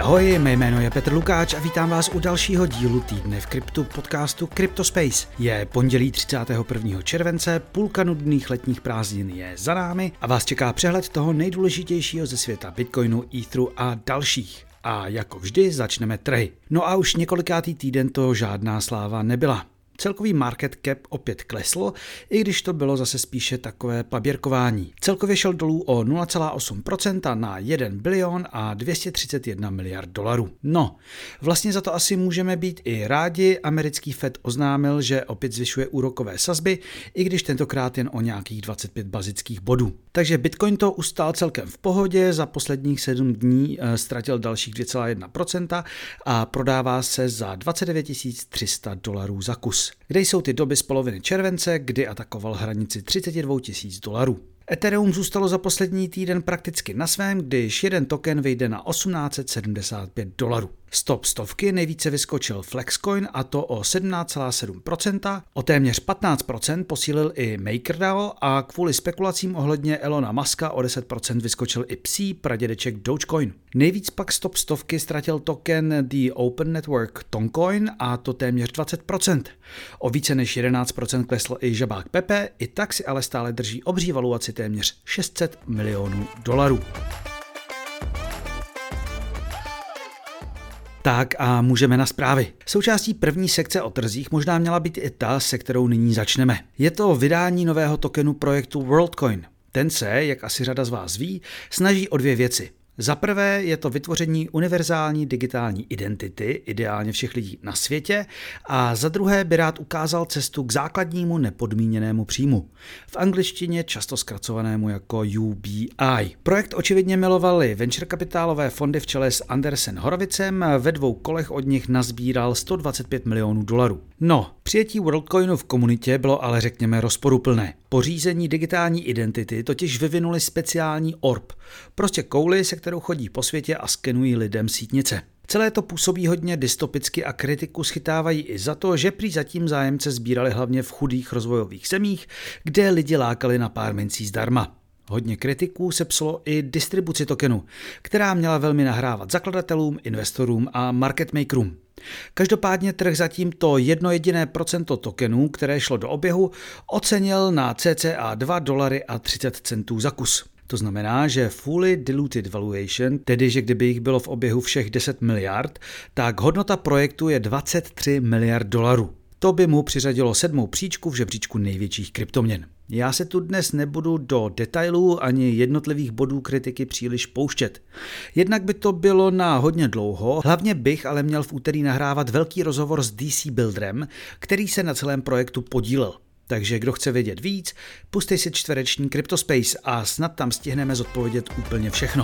Ahoj, mé jméno je Petr Lukáč a vítám vás u dalšího dílu Týdne v kryptu podcastu CryptoSpace. Je pondělí 31. července, půlka nudných letních prázdnin je za námi a vás čeká přehled toho nejdůležitějšího ze světa Bitcoinu, Etheru a dalších. A jako vždy začneme trhy. No a už několikátý týden to žádná sláva nebyla. Celkový market cap opět klesl, i když to bylo zase spíše takové paběrkování. Celkově šel dolů o 0,8% na 1 bilion a 231 miliard dolarů. No, vlastně za to asi můžeme být i rádi. Americký Fed oznámil, že opět zvyšuje úrokové sazby, i když tentokrát jen o nějakých 25 bazických bodů. Takže Bitcoin to ustál celkem v pohodě, za posledních 7 dní ztratil dalších 2,1% a prodává se za 29 300 dolarů za kus. Kde jsou ty doby z poloviny července, kdy atakoval hranici 32 000 dolarů. Ethereum zůstalo za poslední týden prakticky na svém, když jeden token vyjde na 1875 dolarů. Z top stovky nejvíce vyskočil Flexcoin, a to o 17,7%, o téměř 15% posílil i MakerDAO a kvůli spekulacím ohledně Elona Muska o 10% vyskočil i psí pradědeček Dogecoin. Nejvíc pak z top stovky ztratil token The Open Network Toncoin, a to téměř 20%. O více než 11% klesl i žabák Pepe, i tak si ale stále drží obří valuaci téměř 600 milionů dolarů. Tak a můžeme na zprávy. Součástí první sekce o trzích možná měla být i ta, se kterou nyní začneme. Je to vydání nového tokenu projektu WorldCoin. Ten se, jak asi řada z vás ví, snaží o dvě věci. Za prvé je to vytvoření univerzální digitální identity, ideálně všech lidí na světě, a za druhé by rád ukázal cestu k základnímu nepodmíněnému příjmu. V angličtině často zkracovanému jako UBI. Projekt očividně milovali venture kapitálové fondy v čele s Andersen Horovicem, ve 2 kolech od nich nazbíral 125 milionů dolarů. No, přijetí WorldCoinu v komunitě bylo ale řekněme rozporuplné. Po řízení digitální identity totiž vyvinuli speciální orb, prostě kouli, se kterou chodí po světě a skenují lidem sítnice. Celé to působí hodně dystopicky a kritiku schytávají i za to, že prý zatím zájemce sbírali hlavně v chudých rozvojových zemích, kde lidi lákali na pár mincí zdarma. Hodně kritiků se psalo i distribuci tokenu, která měla velmi nahrávat zakladatelům, investorům a market makerům. Každopádně trh zatím to jedno jediné procento tokenů, které šlo do oběhu, ocenil na cca $2.30 za kus. To znamená, že fully diluted valuation, tedy že kdyby jich bylo v oběhu všech 10 miliard, tak hodnota projektu je 23 miliard dolarů. To by mu přiřadilo 7. příčku v žebříčku největších kryptoměn. Já se tu dnes nebudu do detailů ani jednotlivých bodů kritiky příliš pouštět. Jednak by to bylo na hodně dlouho, hlavně bych ale měl v úterý nahrávat velký rozhovor s DC Builderem, který se na celém projektu podílel. Takže kdo chce vědět víc, pustej si čtvereční CryptoSpace a snad tam stihneme zodpovědět úplně všechno.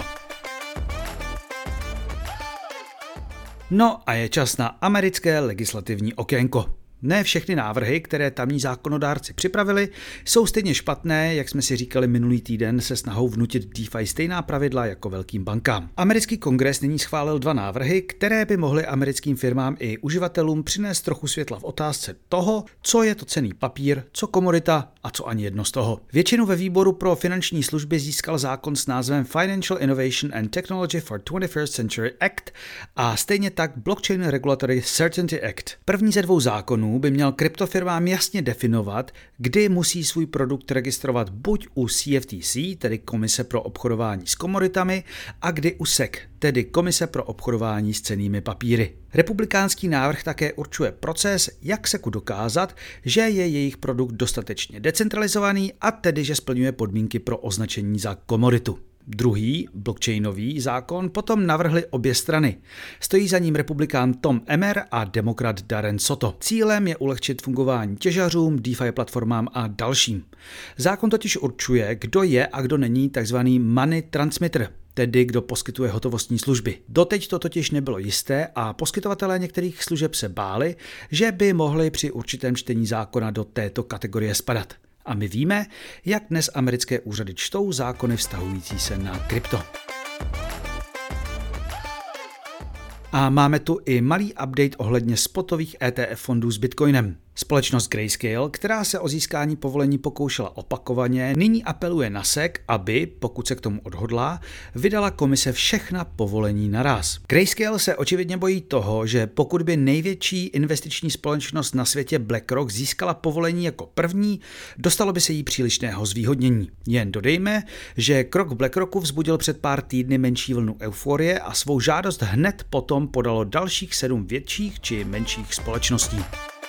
No a je čas na americké legislativní okénko. Ne všechny návrhy, které tamní zákonodárci připravili, jsou stejně špatné, jak jsme si říkali minulý týden se snahou vnutit DeFi stejná pravidla jako velkým bankám. Americký kongres nyní schválil 2 návrhy, které by mohly americkým firmám i uživatelům přinést trochu světla v otázce toho, co je to cenný papír, co komodita a co ani jedno z toho. Většinu ve výboru pro finanční služby získal zákon s názvem Financial Innovation and Technology for 21st Century Act a stejně tak Blockchain Regulatory Certainty Act. První ze 2 zákonů by měl kryptofirmám jasně definovat, kdy musí svůj produkt registrovat buď u CFTC, tedy Komise pro obchodování s komoditami, a kdy u SEC, tedy Komise pro obchodování s cennými papíry. Republikánský návrh také určuje proces, jak SECu dokázat, že je jejich produkt dostatečně decentralizovaný a tedy, že splňuje podmínky pro označení za komoditu. Druhý, blockchainový zákon potom navrhly obě strany. Stojí za ním republikán Tom Emmer a demokrat Darren Soto. Cílem je ulehčit fungování těžařům, DeFi platformám a dalším. Zákon totiž určuje, kdo je a kdo není tzv. Money transmitter, tedy kdo poskytuje hotovostní služby. Doteď to totiž nebylo jisté a poskytovatelé některých služeb se báli, že by mohli při určitém čtení zákona do této kategorie spadat. A my víme, jak dnes americké úřady čtou zákony vztahující se na krypto. A máme tu i malý update ohledně spotových ETF fondů s Bitcoinem. Společnost Grayscale, která se o získání povolení pokoušela opakovaně, nyní apeluje na SEC, aby, pokud se k tomu odhodlá, vydala komise všechna povolení naraz. Grayscale se očividně bojí toho, že pokud by největší investiční společnost na světě BlackRock získala povolení jako první, dostalo by se jí přílišného zvýhodnění. Jen dodejme, že krok BlackRocku vzbudil před pár týdny menší vlnu euforie a svou žádost hned potom podalo dalších 7 větších či menších společností.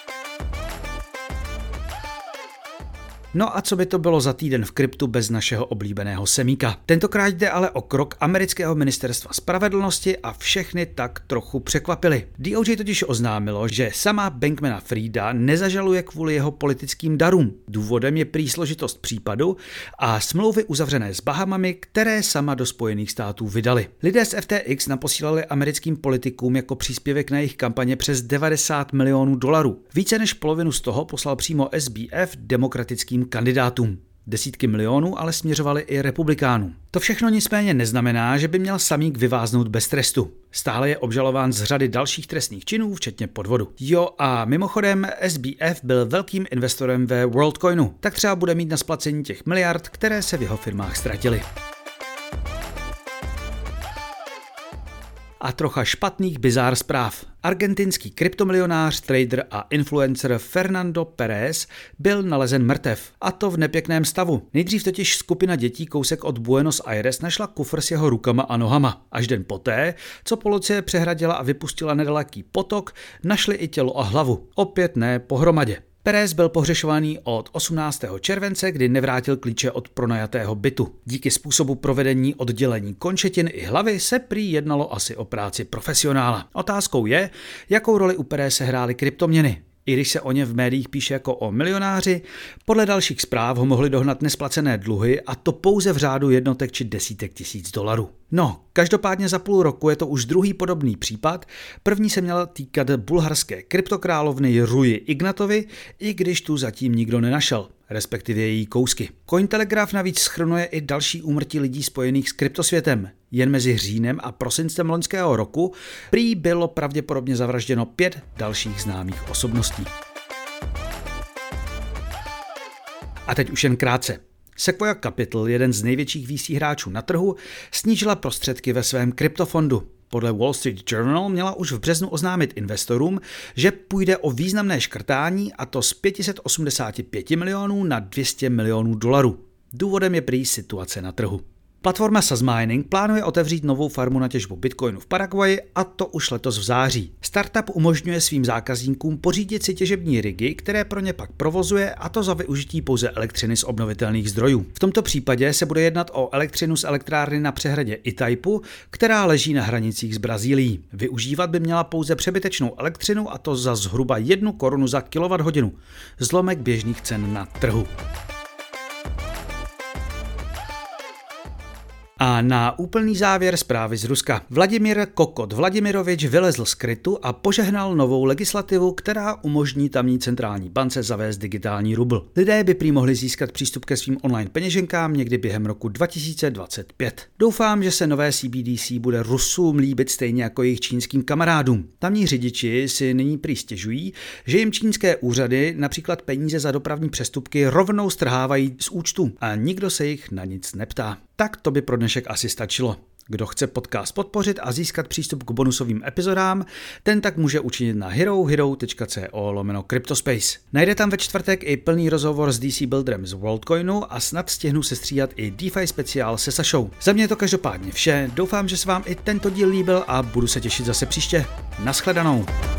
No a co by to bylo za týden v kryptu bez našeho oblíbeného semíka? Tentokrát jde ale o krok amerického ministerstva spravedlnosti a všechny tak trochu překvapili. DOJ totiž oznámilo, že sama Bankmana-Frieda nezažaluje kvůli jeho politickým darům. Důvodem je prý složitost případu a smlouvy uzavřené s Bahamami, které sama do Spojených států vydali. Lidé z FTX naposílali americkým politikům jako příspěvek na jejich kampaně přes $90 milionů. Více než polovinu z toho poslal přímo SBF demokratickým kandidátům. Desítky milionů ale směřovaly i republikánům. To všechno nicméně neznamená, že by měl Samík vyváznout bez trestu. Stále je obžalován z řady dalších trestných činů, včetně podvodu. Jo a mimochodem SBF byl velkým investorem ve WorldCoinu, tak třeba bude mít na splacení těch miliard, které se v jeho firmách ztratily. A trocha špatných bizár zpráv. Argentinský kryptomilionář, trader a influencer Fernando Pérez byl nalezen mrtev, a to v nepěkném stavu. Nejdřív totiž skupina dětí kousek od Buenos Aires našla kufr s jeho rukama a nohama. Až den poté, co policie přehradila a vypustila nedaleký potok, našli i tělo a hlavu. Opět ne pohromadě. Pérez byl pohřešovaný od 18. července, kdy nevrátil klíče od pronajatého bytu. Díky způsobu provedení oddělení končetin i hlavy se prý jednalo asi o práci profesionála. Otázkou je, jakou roli u Péreze hrály kryptoměny. I když se o ně v médiích píše jako o milionáři, podle dalších zpráv ho mohli dohnat nesplacené dluhy, a to pouze v řádu jednotek či desítek tisíc dolarů. No, každopádně za půl roku je to už druhý podobný případ. První se měl týkat bulharské kryptokrálovny Ruji Ignatovi, i když tu zatím nikdo nenašel, respektive její kousky. Cointelegraph navíc shrnuje i další úmrtí lidí spojených s kryptosvětem. Jen mezi říjnem a prosincem loňského roku prý bylo pravděpodobně zavražděno 5 dalších známých osobností. A teď už jen krátce. Sequoia Capital, jeden z největších VC hráčů na trhu, snížila prostředky ve svém kryptofondu. Podle Wall Street Journal měla už v březnu oznámit investorům, že půjde o významné škrtání, a to z 585 milionů na 200 milionů dolarů. Důvodem je prý situace na trhu. Platforma SusMining plánuje otevřít novou farmu na těžbu bitcoinu v Paraguayi, a to už letos v září. Startup umožňuje svým zákazníkům pořídit si těžební rigy, které pro ně pak provozuje, a to za využití pouze elektřiny z obnovitelných zdrojů. V tomto případě se bude jednat o elektřinu z elektrárny na přehradě Itaipu, která leží na hranicích s Brazílií. Využívat by měla pouze přebytečnou elektřinu, a to za zhruba 1 korunu za kWh, zlomek běžných cen na trhu. A na úplný závěr zprávy z Ruska. Vladimír Kokot Vladimirovič vylezl z krytu a požehnal novou legislativu, která umožní tamní centrální bance zavést digitální rubl. Lidé by prý mohli získat přístup ke svým online peněženkám někdy během roku 2025. Doufám, že se nové CBDC bude Rusům líbit stejně jako jejich čínským kamarádům. Tamní řidiči si nyní prý stěžují, že jim čínské úřady například peníze za dopravní přestupky rovnou strhávají z účtu a nikdo se jich na nic neptá. Tak to by pro dnešek asi stačilo. Kdo chce podcast podpořit a získat přístup k bonusovým epizodám, ten tak může učinit na herohero.co/cryptospace. Najde tam ve čtvrtek i plný rozhovor s DC Builderem z WorldCoinu a snad stihnu sestříhat i DeFi speciál se Sašou. Za mě je to každopádně vše, doufám, že se vám i tento díl líbil a budu se těšit zase příště. Naschledanou.